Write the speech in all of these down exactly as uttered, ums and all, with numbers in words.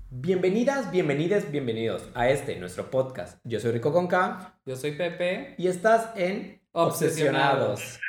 Bienvenidas, bienvenides, bienvenidos a este, nuestro podcast. Yo soy Rico con K. Yo soy Pepe. Y estás en Obsesionados.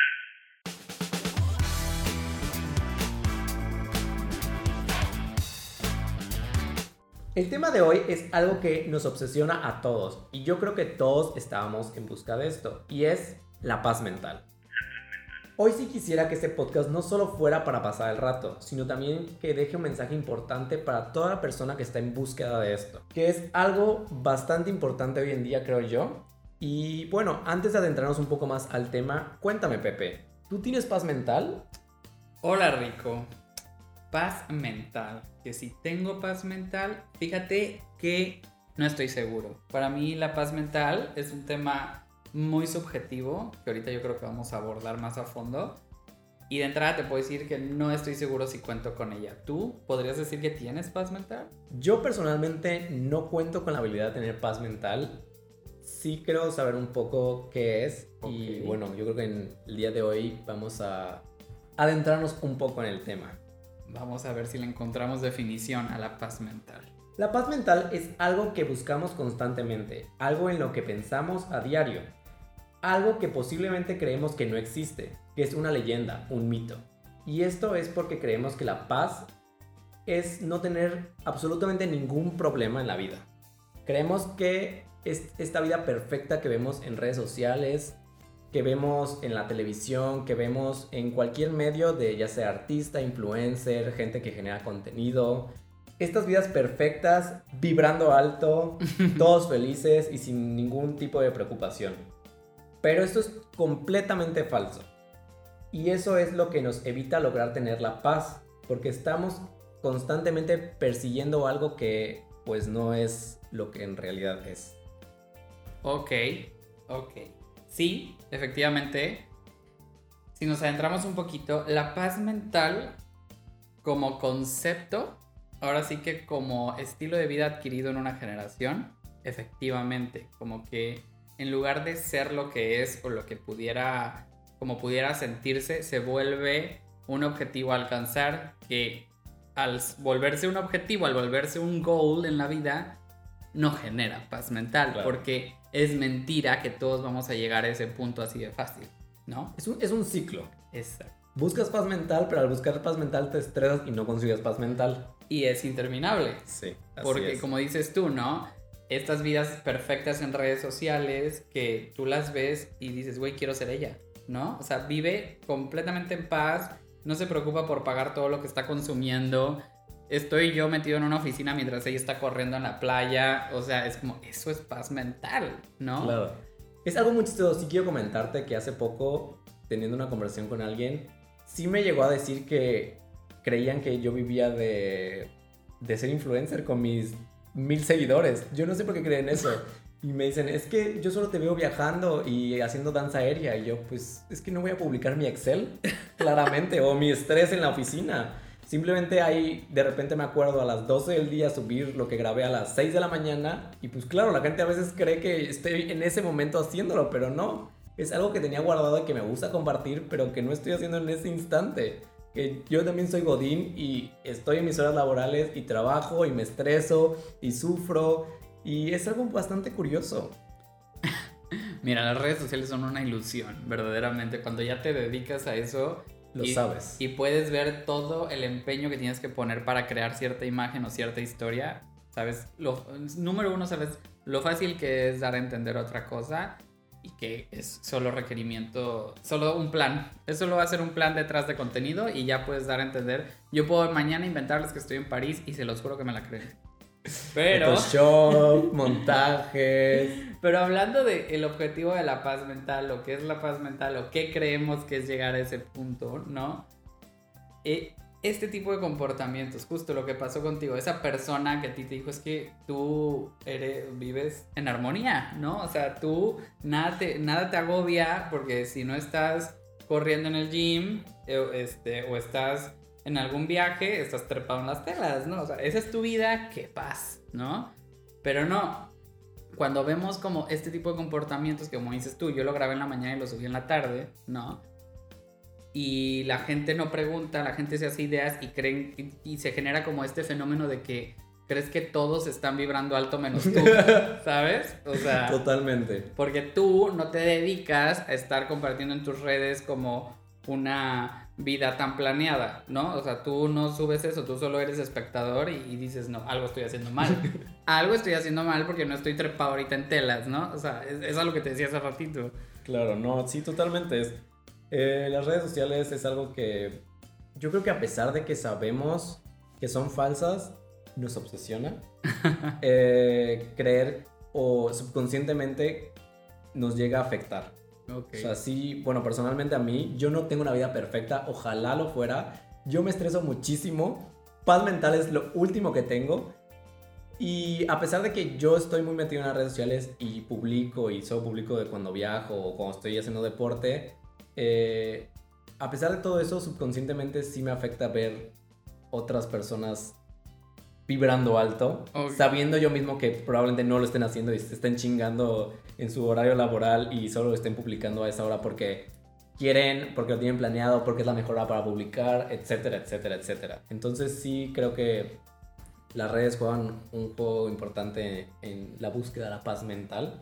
El tema de hoy es algo que nos obsesiona a todos. Y yo creo que todos estábamos en busca de esto. Y es la paz mental. Hoy sí quisiera que este podcast no solo fuera para pasar el rato, sino también que deje un mensaje importante para toda la persona que está en búsqueda de esto, que es algo bastante importante hoy en día, creo yo. Y bueno, antes de adentrarnos un poco más al tema, cuéntame, Pepe, ¿tú tienes paz mental? Hola, Rico. Paz mental. Que si tengo paz mental, fíjate que no estoy seguro. Para mí la paz mental es un tema muy subjetivo, que ahorita yo creo que vamos a abordar más a fondo. Y de entrada te puedo decir que no estoy seguro si cuento con ella. ¿Tú podrías decir que tienes paz mental? Yo personalmente no cuento con la habilidad de tener paz mental. Sí creo saber un poco qué es. Okay. Y bueno, yo creo que en el día de hoy vamos a adentrarnos un poco en el tema. Vamos a ver si le encontramos definición a la paz mental. La paz mental es algo que buscamos constantemente, algo en lo que pensamos a diario. Algo que posiblemente creemos que no existe, que es una leyenda, un mito. Y esto es porque creemos que la paz es no tener absolutamente ningún problema en la vida. Creemos que es esta vida perfecta que vemos en redes sociales, que vemos en la televisión, que vemos en cualquier medio de ya sea artista, influencer, gente que genera contenido. Estas vidas perfectas, vibrando alto, todos felices y sin ningún tipo de preocupación. Pero esto es completamente falso. Y eso es lo que nos evita lograr tener la paz, porque estamos constantemente persiguiendo algo que pues no es lo que en realidad es. Ok, ok. Sí, efectivamente, si nos adentramos un poquito, la paz mental como concepto, ahora sí que como estilo de vida adquirido en una generación, efectivamente, como que en lugar de ser lo que es o lo que pudiera, como pudiera sentirse, se vuelve un objetivo a alcanzar que al volverse un objetivo, al volverse un goal en la vida, no genera paz mental, claro. Porque es mentira que todos vamos a llegar a ese punto así de fácil, ¿no? Es un, es un ciclo. Exacto. Buscas paz mental, pero al buscar paz mental te estresas y no consigues paz mental. Y es interminable. Sí, así porque es. Como dices tú, ¿no? Estas vidas perfectas en redes sociales que tú las ves y dices, güey, quiero ser ella, ¿no? O sea, vive completamente en paz, no se preocupa por pagar todo lo que está consumiendo. Estoy yo metido en una oficina mientras ella está corriendo en la playa. O sea, es como, eso es paz mental, ¿no? Claro. Es algo muy chistoso. Sí quiero comentarte que hace poco, teniendo una conversación con alguien, sí me llegó a decir que creían que yo vivía de, de ser influencer con mis mil seguidores. Yo no sé por qué creen eso. Y me dicen, es que yo solo te veo viajando y haciendo danza aérea. Y yo, pues, es que no voy a publicar mi Excel, claramente, o mi estrés en la oficina. Simplemente ahí, de repente me acuerdo a las doce del día subir lo que grabé a las seis de la mañana. Y pues claro, la gente a veces cree que estoy en ese momento haciéndolo, pero no. Es algo que tenía guardado y que me gusta compartir, pero que no estoy haciendo en ese instante. Que yo también soy godín y estoy en mis horas laborales y trabajo y me estreso y sufro. Y es algo bastante curioso. Mira, las redes sociales son una ilusión, verdaderamente. Cuando ya te dedicas a eso... Lo y, sabes. Y puedes ver todo el empeño que tienes que poner para crear cierta imagen o cierta historia. ¿Sabes? Lo, número uno, ¿sabes? Lo fácil que es dar a entender otra cosa y que es solo requerimiento, solo un plan. Es solo hacer un plan detrás de contenido y ya puedes dar a entender. Yo puedo mañana inventarles que estoy en París y se los juro que me la creen. Pero... Photoshop, montajes... Pero hablando del objetivo de la paz mental, lo que es la paz mental, o qué creemos que es llegar a ese punto, ¿no? Eh, este tipo de comportamientos, justo lo que pasó contigo, esa persona que a ti te dijo es que tú eres, vives en armonía, ¿no? O sea, tú nada te, nada te agobia porque si no estás corriendo en el gym este, o estás en algún viaje, estás trepado en las telas, ¿no? O sea, esa es tu vida, qué paz, ¿no? Pero no... Cuando vemos como este tipo de comportamientos, que como dices tú, yo lo grabé en la mañana y lo subí en la tarde, ¿no? Y la gente no pregunta, la gente se hace ideas y creen y, y se genera como este fenómeno de que crees que todos están vibrando alto menos tú, ¿sabes? O sea, totalmente. Porque tú no te dedicas a estar compartiendo en tus redes como una vida tan planeada, ¿no? O sea, tú no subes eso, tú solo eres espectador y, y dices, no, algo estoy haciendo mal. Algo estoy haciendo mal porque no estoy trepado ahorita en telas, ¿no? O sea, es, es algo que te decía hace ratito. Claro, no, sí, totalmente. Es, eh, las redes sociales es algo que yo creo que a pesar de que sabemos que son falsas, nos obsesiona. eh, creer o subconscientemente nos llega a afectar. Okay. O sea, sí, bueno, personalmente a mí, yo no tengo una vida perfecta, ojalá lo fuera. Yo me estreso muchísimo. Paz mental es lo último que tengo. Y a pesar de que yo estoy muy metido en las redes sociales y publico y solo publico de cuando viajo o cuando estoy haciendo deporte, eh, a pesar de todo eso, subconscientemente sí me afecta ver otras personas vibrando alto, okay. sabiendo yo mismo que probablemente no lo estén haciendo y se estén chingando en su horario laboral y solo lo estén publicando a esa hora porque quieren, porque lo tienen planeado, porque es la mejor hora para publicar, etcétera, etcétera, etcétera. Entonces sí creo que las redes juegan un juego importante en la búsqueda de la paz mental.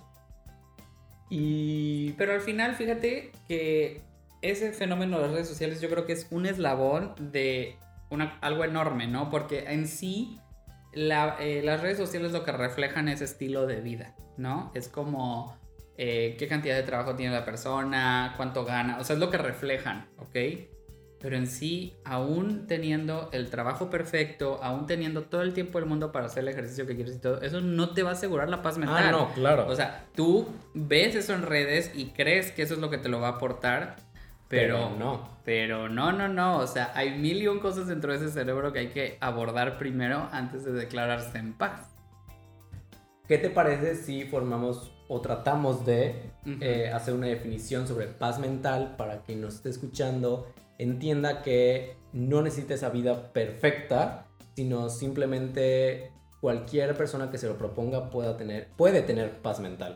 Y... Pero al final, fíjate que ese fenómeno de las redes sociales yo creo que es un eslabón de una, algo enorme, ¿no? Porque en sí, la, eh, las redes sociales lo que reflejan es estilo de vida, ¿no? Es como eh, qué cantidad de trabajo tiene la persona, cuánto gana, o sea, es lo que reflejan, ¿ok? Pero en sí, aún teniendo el trabajo perfecto, aún teniendo todo el tiempo del mundo para hacer el ejercicio que quieres y todo, eso no te va a asegurar la paz mental. Ah, no, claro. O sea, tú ves eso en redes y crees que eso es lo que te lo va a aportar, pero, pero no. Pero no, no, no. O sea, hay mil y un cosas dentro de ese cerebro que hay que abordar primero antes de declararse en paz. ¿Qué te parece si formamos o tratamos de uh-huh. eh, hacer una definición sobre paz mental para quien nos esté escuchando entienda que no necesita esa vida perfecta, sino simplemente cualquier persona que se lo proponga pueda tener, puede tener paz mental?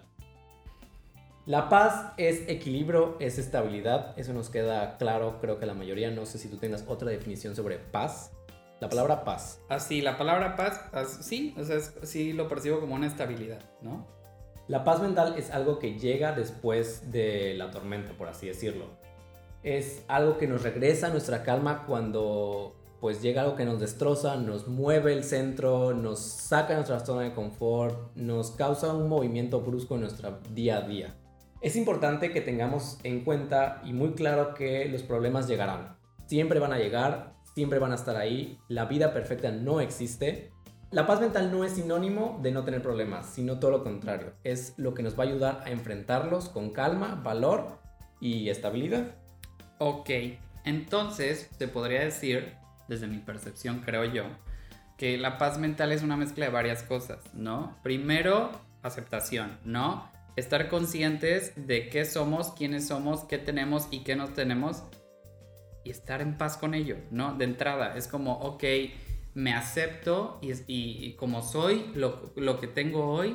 La paz es equilibrio, es estabilidad, eso nos queda claro, creo que la mayoría. No sé si tú tengas otra definición sobre paz. La palabra paz. Así, la palabra paz, sí, o sea, sí lo percibo como una estabilidad, ¿no? La paz mental es algo que llega después de la tormenta, por así decirlo. Es algo que nos regresa a nuestra calma cuando pues llega algo que nos destroza, nos mueve el centro, nos saca de nuestra zona de confort, nos causa un movimiento brusco en nuestro día a día. Es importante que tengamos en cuenta y muy claro que los problemas llegarán. Siempre van a llegar, siempre van a estar ahí. La vida perfecta no existe. La paz mental no es sinónimo de no tener problemas, sino todo lo contrario. Es lo que nos va a ayudar a enfrentarlos con calma, valor y estabilidad. Ok, entonces se podría decir, desde mi percepción creo yo, que la paz mental es una mezcla de varias cosas, ¿no? Primero, aceptación, ¿no? Estar conscientes de qué somos, quiénes somos, qué tenemos y qué no tenemos y estar en paz con ello, ¿no? De entrada, es como, ok, me acepto y, y, y como soy, lo, lo que tengo hoy.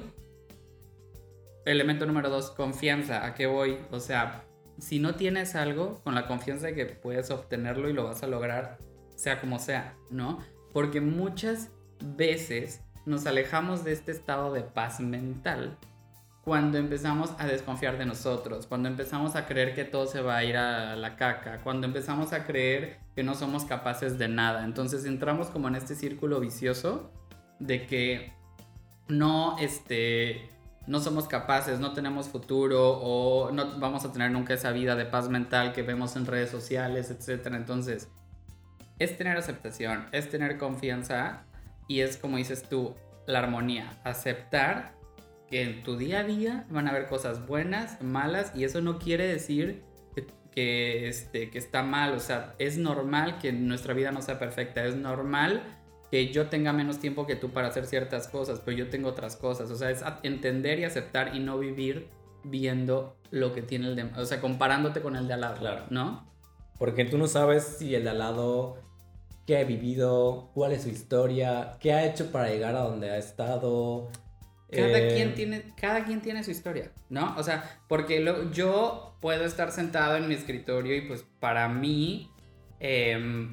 Elemento número dos, confianza, ¿a qué voy? O sea, si no tienes algo, con la confianza de que puedes obtenerlo y lo vas a lograr, sea como sea, ¿no? Porque muchas veces nos alejamos de este estado de paz mental cuando empezamos a desconfiar de nosotros, cuando empezamos a creer que todo se va a ir a la caca, cuando empezamos a creer que no somos capaces de nada. Entonces entramos como en este círculo vicioso de que no, este, no somos capaces, no tenemos futuro o no vamos a tener nunca esa vida de paz mental que vemos en redes sociales, etcétera. Entonces, es tener aceptación, es tener confianza y es, como dices tú, la armonía, aceptar que en tu día a día van a haber cosas buenas, malas, y eso no quiere decir que, que, este, que está mal. O sea, es normal que nuestra vida no sea perfecta, es normal que yo tenga menos tiempo que tú para hacer ciertas cosas, pero yo tengo otras cosas. O sea, es entender y aceptar y no vivir viendo lo que tiene el de, o sea, comparándote con el de al lado, claro, ¿no? Porque tú no sabes si el de al lado, qué ha vivido, cuál es su historia, qué ha hecho para llegar a donde ha estado. Cada, eh... quien tiene, cada quien tiene su historia, ¿no? O sea, porque lo, yo puedo estar sentado en mi escritorio y pues para mí, eh,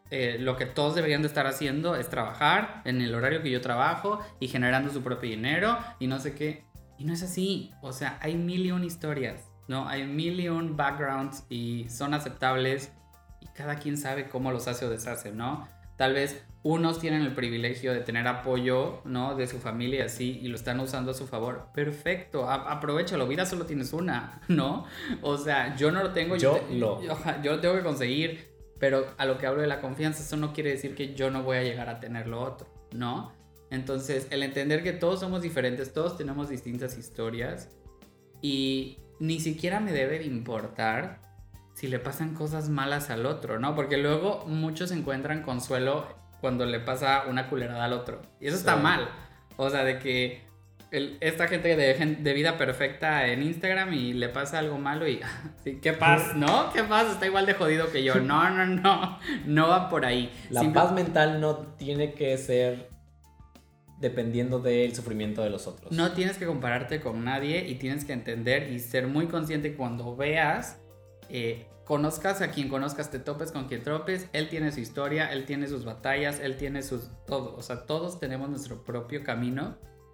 eh, lo que todos deberían de estar haciendo es trabajar en el horario que yo trabajo y generando su propio dinero y no sé qué. Y no es así. O sea, hay mil y un historias, ¿no? Hay mil y un backgrounds y son aceptables y cada quien sabe cómo los hace o deshace, ¿no? Tal vez unos tienen el privilegio de tener apoyo, ¿no? De su familia así y lo están usando a su favor. Perfecto, a- aprovechalo, vida solo tienes una, ¿no? O sea, yo no lo tengo. Yo te- lo. Yo, yo lo tengo que conseguir, pero a lo que hablo de la confianza, eso no quiere decir que yo no voy a llegar a tener lo otro, ¿no? Entonces, el entender que todos somos diferentes, todos tenemos distintas historias y ni siquiera me debe de importar si le pasan cosas malas al otro, ¿no? Porque luego muchos encuentran consuelo cuando le pasa una culerada al otro. Y eso está Sí. mal. O sea, de que el- esta gente de, gen- de vida perfecta en Instagram y le pasa algo malo y... sí, ¿qué pasa? ¿No? ¿Qué pasa? Está igual de jodido que yo. No, no, no. No va por ahí. La Simple- paz mental no tiene que ser dependiendo del sufrimiento de los otros. No tienes que compararte con nadie y tienes que entender y ser muy consciente que cuando veas, eh, conozcas a quien conozcas, te topes con quien tropes, él tiene su historia, él tiene sus batallas, él tiene sus... todo. O sea, todos tenemos nuestro propio camino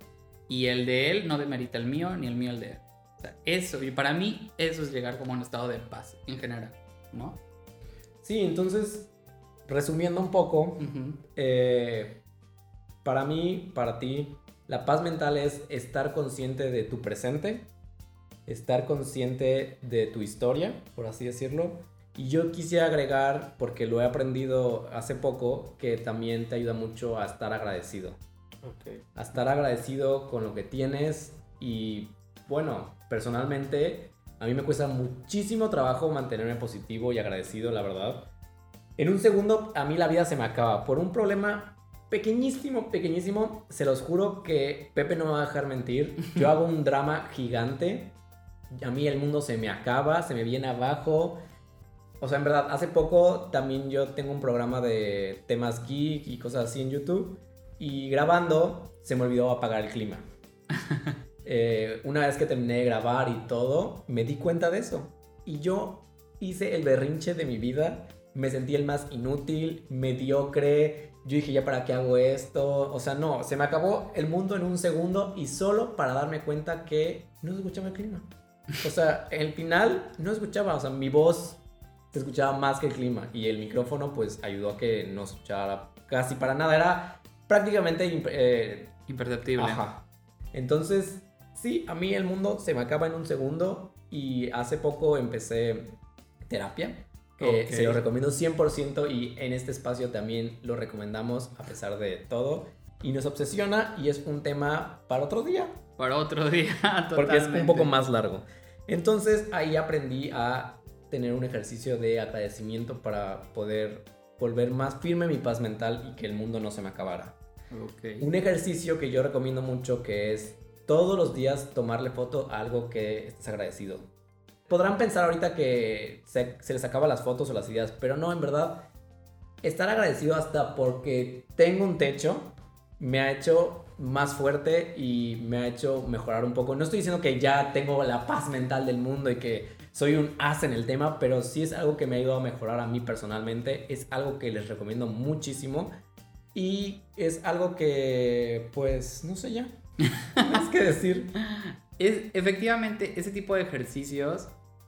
y el de él no demerita el mío ni el mío el de él. O sea, eso, y para mí eso es llegar como a un estado de paz en general, ¿no? Sí, entonces, resumiendo un poco, Ujú. eh, para mí, para ti, la paz mental es estar consciente de tu presente, estar consciente de tu historia, por así decirlo. Y yo quisiera agregar, porque lo he aprendido hace poco, que también te ayuda mucho a estar agradecido. Okay. A estar agradecido con lo que tienes. Y bueno, personalmente, a mí me cuesta muchísimo trabajo mantenerme positivo y agradecido, la verdad. En un segundo, a mí la vida se me acaba por un problema pequeñísimo, pequeñísimo. Se los juro que Pepe no me va a dejar mentir. Yo hago un drama gigante. A mí el mundo se me acaba, se me viene abajo. O sea, en verdad, hace poco también yo tengo un programa de temas geek y cosas así en YouTube. Y grabando, se me olvidó apagar el clima. eh, una vez que terminé de grabar y todo, me di cuenta de eso. Y yo hice el berrinche de mi vida. Me sentí el más inútil, mediocre. Yo dije, ¿ya para qué hago esto? O sea, no, se me acabó el mundo en un segundo y solo para darme cuenta que no se escuchaba el clima. O sea, el final no escuchaba, o sea, mi voz se escuchaba más que el clima y el micrófono pues ayudó a que no se escuchara casi para nada. Era prácticamente... imp- eh, Imperceptible. Ajá. Entonces, sí, a mí el mundo se me acaba en un segundo y hace poco empecé terapia. Que Ok. se lo recomiendo cien por ciento y en este espacio también lo recomendamos a pesar de todo. Y nos obsesiona y es un tema para otro día. Para otro día, totalmente. Porque es un poco más largo. Entonces ahí aprendí a tener un ejercicio de agradecimiento para poder volver más firme mi paz mental y que el mundo no se me acabara. Ok. Un ejercicio que yo recomiendo mucho que es todos los días tomarle foto a algo que estés agradecido. Podrán pensar ahorita que se, se les acaban las fotos o las ideas, pero no, en verdad, estar agradecido hasta porque tengo un techo me ha hecho más fuerte y me ha hecho mejorar un poco. No estoy diciendo que ya tengo la paz mental del mundo y que soy un as en el tema, pero sí es algo que me ha ayudado a mejorar a mí personalmente. Es algo que les recomiendo muchísimo y es algo que, pues, no sé ya, más que decir. Es, efectivamente, ese tipo de ejercicios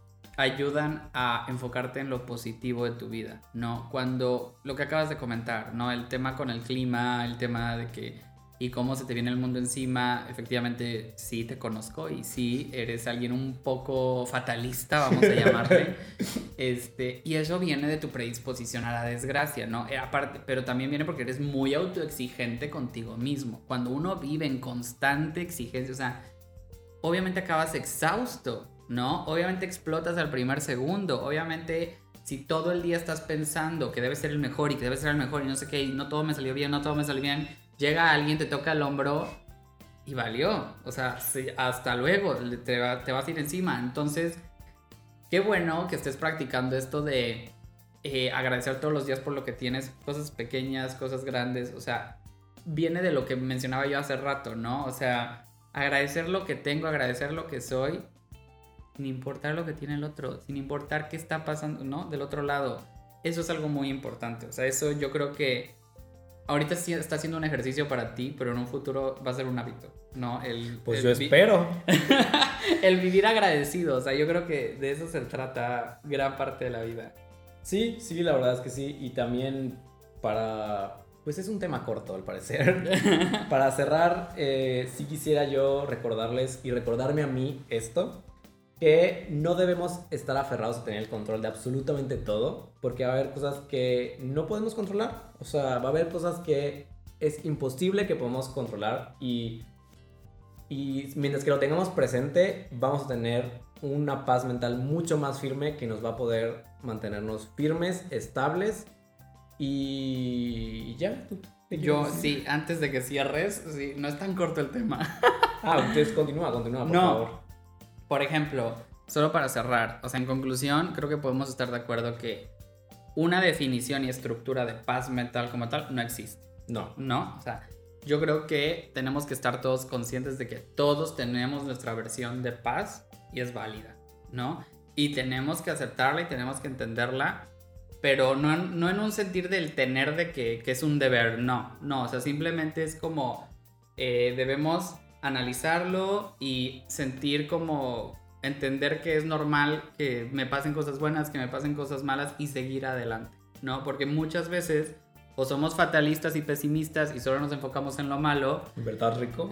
ayudan a enfocarte en lo positivo de tu vida, ¿no? Cuando lo que acabas de comentar, ¿no? El tema con el clima, el tema de que y cómo se te viene el mundo encima, efectivamente sí te conozco y sí eres alguien un poco fatalista, vamos a llamarle. este, y eso viene de tu predisposición a la desgracia, ¿no? Eh, aparte, pero también viene porque eres muy autoexigente contigo mismo. Cuando uno vive en constante exigencia, o sea, obviamente acabas exhausto, ¿no? Obviamente explotas al primer segundo. Obviamente, si todo el día estás pensando que debes ser el mejor y que debes ser el mejor y no sé qué, y no todo me salió bien, no todo me salió bien, llega alguien, te toca el hombro y valió. O sea, sí, hasta luego, te, va, te vas a ir encima. Entonces, qué bueno que estés practicando esto de eh, agradecer todos los días por lo que tienes, cosas pequeñas, cosas grandes. O sea, viene de lo que mencionaba yo hace rato, ¿no? O sea, agradecer lo que tengo, agradecer lo que soy, sin importar lo que tiene el otro, sin importar qué está pasando, ¿no? Del otro lado. eso es algo muy importante. O sea, eso yo creo que ahorita sí está haciendo un ejercicio para ti, pero en un futuro va a ser un hábito, ¿no? El, pues el yo espero. El vivir agradecido, o sea, yo creo que de eso se trata gran parte de la vida. Sí, sí, la verdad es que sí. Y también para... Pues es un tema corto, al parecer. Para cerrar, eh, sí quisiera yo recordarles y recordarme a mí esto, que no debemos estar aferrados a tener el control de absolutamente todo, porque va a haber cosas que no podemos controlar. O sea, va a haber cosas que es imposible que podamos controlar y, y mientras que lo tengamos presente, vamos a tener una paz mental mucho más firme que nos va a poder mantenernos firmes, estables. Y ya. Yo, sí, antes de que cierres, sí, no es tan corto el tema. Ah, entonces continúa, continúa, por no. favor. Por ejemplo, solo para cerrar, o sea, en conclusión, creo que podemos estar de acuerdo que una definición y estructura de paz mental como tal no existe. No. No, o sea, yo creo que tenemos que estar todos conscientes de que todos tenemos nuestra versión de paz y es válida, ¿no? Y tenemos que aceptarla y tenemos que entenderla, pero no, no en un sentir del tener de que, que es un deber, no, no, o sea, simplemente es como eh, debemos analizarlo y sentir como entender que es normal que me pasen cosas buenas, que me pasen cosas malas y seguir adelante, ¿no? Porque muchas veces o somos fatalistas y pesimistas y solo nos enfocamos en lo malo. ¿Verdad, Rico?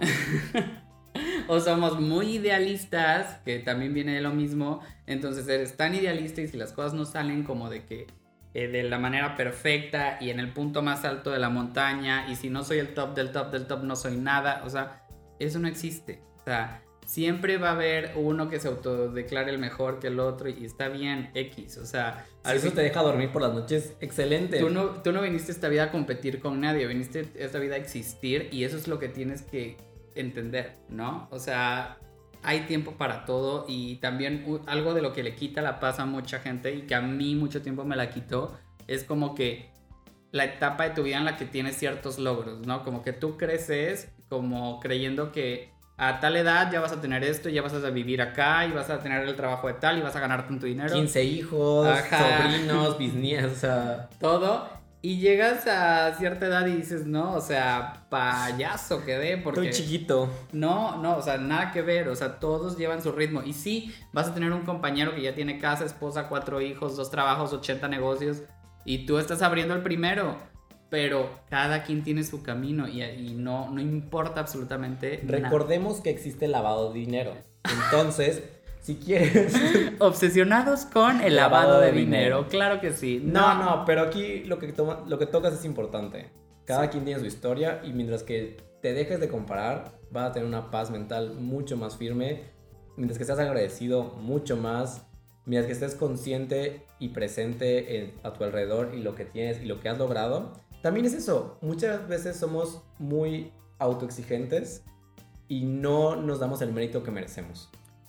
O somos muy idealistas, que también viene de lo mismo. Entonces eres tan idealista y si las cosas no salen como de que eh, de la manera perfecta y en el punto más alto de la montaña y si no soy el top del top del top no soy nada, o sea, eso no existe. O sea, siempre va a haber uno que se autodeclare el mejor que el otro y está bien, X, o sea... Si eso te deja dormir por las noches, excelente. Tú no, tú no viniste a esta vida a competir con nadie, viniste a esta vida a existir y eso es lo que tienes que entender, ¿no? O sea, hay tiempo para todo y también uh, algo de lo que le quita la paz a mucha gente y que a mí mucho tiempo me la quitó, es como que la etapa de tu vida en la que tienes ciertos logros, ¿no? Como que tú creces como creyendo que a tal edad ya vas a tener esto, ya vas a vivir acá y vas a tener el trabajo de tal y vas a ganar tanto dinero. quince hijos, ajá, sobrinos, bisnietos, o sea... todo. Y llegas a cierta edad y dices, no, o sea, payaso quedé porque... Estoy chiquito. No, no, o sea, nada que ver, o sea, todos llevan su ritmo. Y sí, vas a tener un compañero que ya tiene casa, esposa, cuatro hijos, dos trabajos, ochenta negocios y tú estás abriendo el primero. Pero cada quien tiene su camino y, y no, no importa absolutamente nada. Recordemos que existe el lavado de dinero. Entonces, si quieres... Obsesionados con el lavado, lavado de, de dinero. dinero. Claro que sí. No, no, no, pero aquí lo que, toma, lo que tocas es importante. Cada sí. quien tiene su historia y mientras que te dejes de comparar, vas a tener una paz mental mucho más firme. Mientras que seas agradecido mucho más. Mientras que estés consciente y presente en, a tu alrededor y lo que tienes y lo que has logrado. También es eso, muchas veces somos muy autoexigentes y no nos damos el mérito que merecemos.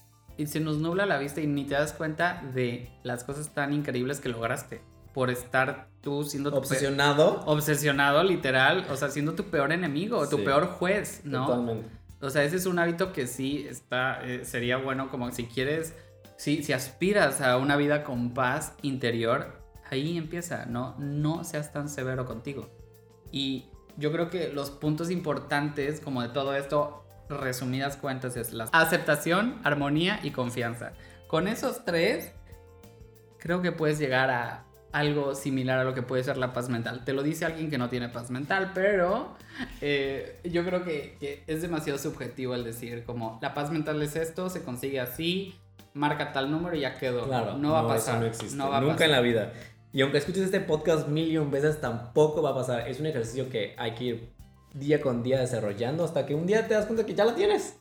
Y se nos nubla la vista y ni te das cuenta de las cosas tan increíbles que lograste por estar tú siendo tu obsesionado. Pe- obsesionado, literal, o sea, siendo tu peor enemigo, tu sí, peor juez, ¿no? Totalmente. O sea, ese es un hábito que sí está, eh, sería bueno como si quieres, si, si aspiras a una vida con paz interior, ahí empieza, ¿no? No seas tan severo contigo. Y yo creo que los puntos importantes como de todo esto, resumidas cuentas, es la aceptación, armonía y confianza. Con esos tres, creo que puedes llegar a algo similar a lo que puede ser la paz mental. Te lo dice alguien que no tiene paz mental, pero eh, yo creo que, que es demasiado subjetivo el decir como la paz mental es esto, se consigue así, marca tal número y ya quedó. Claro, no va no, a pasar. Eso no existe. No va Nunca a pasar. En la vida. Y aunque escuches este podcast mil y un veces, tampoco va a pasar. Es un ejercicio que hay que ir día con día desarrollando hasta que un día te das cuenta que ya la tienes.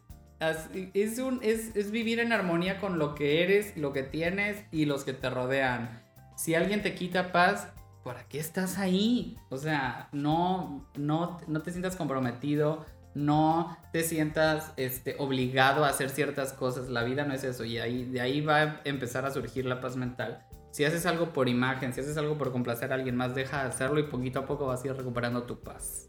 Es, un, es, es vivir en armonía con lo que eres, lo que tienes y los que te rodean. Si alguien te quita paz, ¿para qué estás ahí? O sea, no, no, no te sientas comprometido, no te sientas este, obligado a hacer ciertas cosas. La vida no es eso y ahí, de ahí va a empezar a surgir la paz mental. Si haces algo por imagen, si haces algo por complacer a alguien más, deja de hacerlo y poquito a poco vas a ir recuperando tu paz.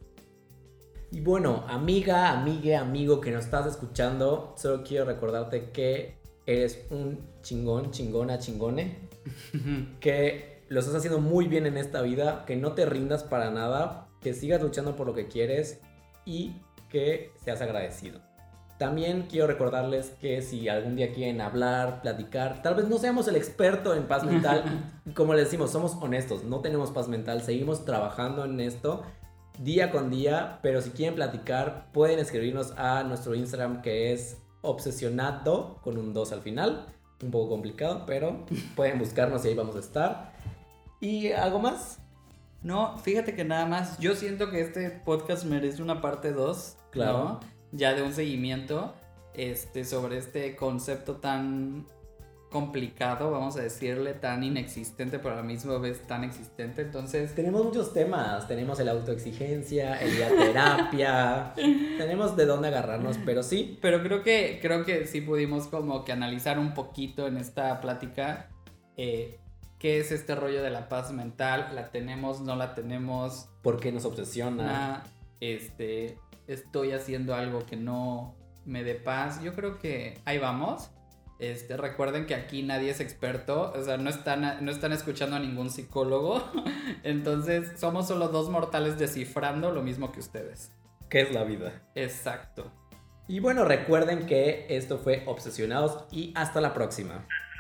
Y bueno, amiga, amigue, amigo que nos estás escuchando, solo quiero recordarte que eres un chingón, chingona, chingone. Que lo estás haciendo muy bien en esta vida, que no te rindas para nada, que sigas luchando por lo que quieres y que seas agradecido. También quiero recordarles que si algún día quieren hablar, platicar, tal vez no seamos el experto en paz mental, como les decimos, somos honestos, no tenemos paz mental, seguimos trabajando en esto día con día, pero si quieren platicar pueden escribirnos a nuestro Instagram, que es obsesionado con un dos al final, un poco complicado, pero pueden buscarnos y ahí vamos a estar. ¿Y algo más? No, fíjate que nada más, yo siento que este podcast merece una parte dos, Claro. ¿no? Ya de un seguimiento este, sobre este concepto tan complicado, vamos a decirle, tan inexistente, pero a la misma vez tan existente. Entonces, Tenemos muchos temas, tenemos el autoexigencia, el día terapia, tenemos de dónde agarrarnos, pero sí. pero creo que, creo que sí pudimos como que analizar un poquito en esta plática eh, qué es este rollo de la paz mental, la tenemos, no la tenemos, ¿Por qué nos obsesiona? Una, este, estoy haciendo algo que no me dé paz. Yo creo que ahí vamos. Este, recuerden que aquí nadie es experto, o sea, no están, no están escuchando a ningún psicólogo. Entonces, somos solo dos mortales descifrando lo mismo que ustedes. ¿Qué es la vida? Exacto. Y bueno, recuerden que esto fue Obsesionados y hasta la próxima.